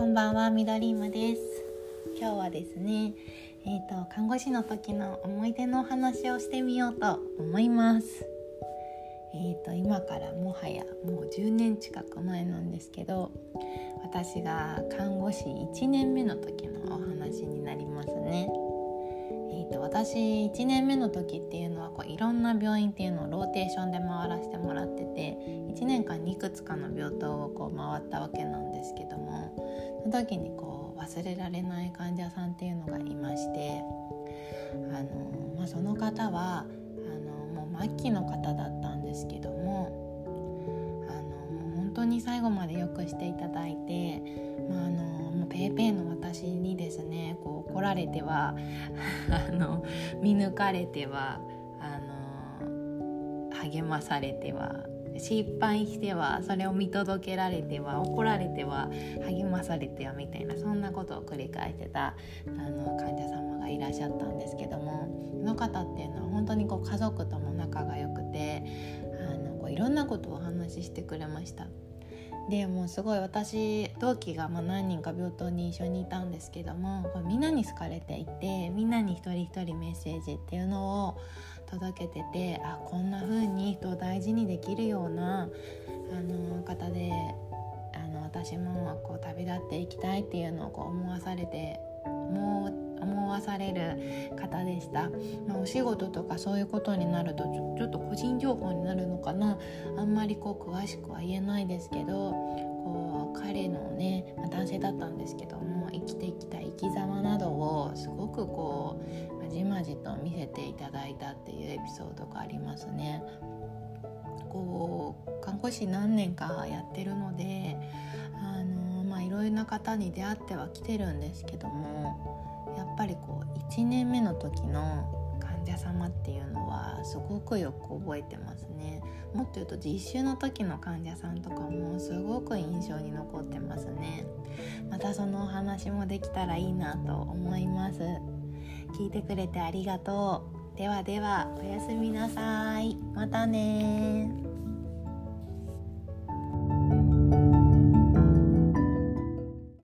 んばんは、みどりんまです。今日はですね、看護師の時の思い出のお話をしてみようと思います。今からもはやもう10年近く前なんですけど、私が看護師1年目の時のお話になりますね。私1年目の時っていうのはいろんな病院っていうのをローテーションで回らせてもらってて、1年間にいくつかの病棟を回ったわけなんですけども、その時に忘れられない患者さんっていうのがいまして、その方はもう末期の方だったんですけども、もう本当に最後までよくしていただいて、もうペーペーの私にですね、怒られては見抜かれては励まされては、失敗してはそれを見届けられては、怒られては励まされてはみたいな、そんなことを繰り返してた患者様がいらっしゃったんですけども、その方っていうのは本当に家族とも仲が良くて、いろんなことをお話ししてくれました。でもうすごい私、同期が何人か病棟に一緒にいたんですけども、みんなに好かれていて、みんなに一人一人メッセージっていうのを届けてて、こんな風に人を大事にできるような方で、私も旅立っていきたいっていうのを思わされる方でした。お仕事とかそういうことになるとちょっと個人情報になるのかな、あんまり詳しくは言えないですけど、彼のね、男性だったんですけども、生きてきた生き様などをすごくまじまじと見せていただいたっていうエピソードがありますね。看護師何年かやってるので、いろいろな方に出会ってはきてるんですけども、やっぱり1年目の時の患者様っていうのはすごくよく覚えてますね。もっと言うと実習の時の患者さんとかもすごく印象に残ってますね。またそのお話もできたらいいなと思います。聞いてくれてありがとう。ではでは、おやすみなさい。またね。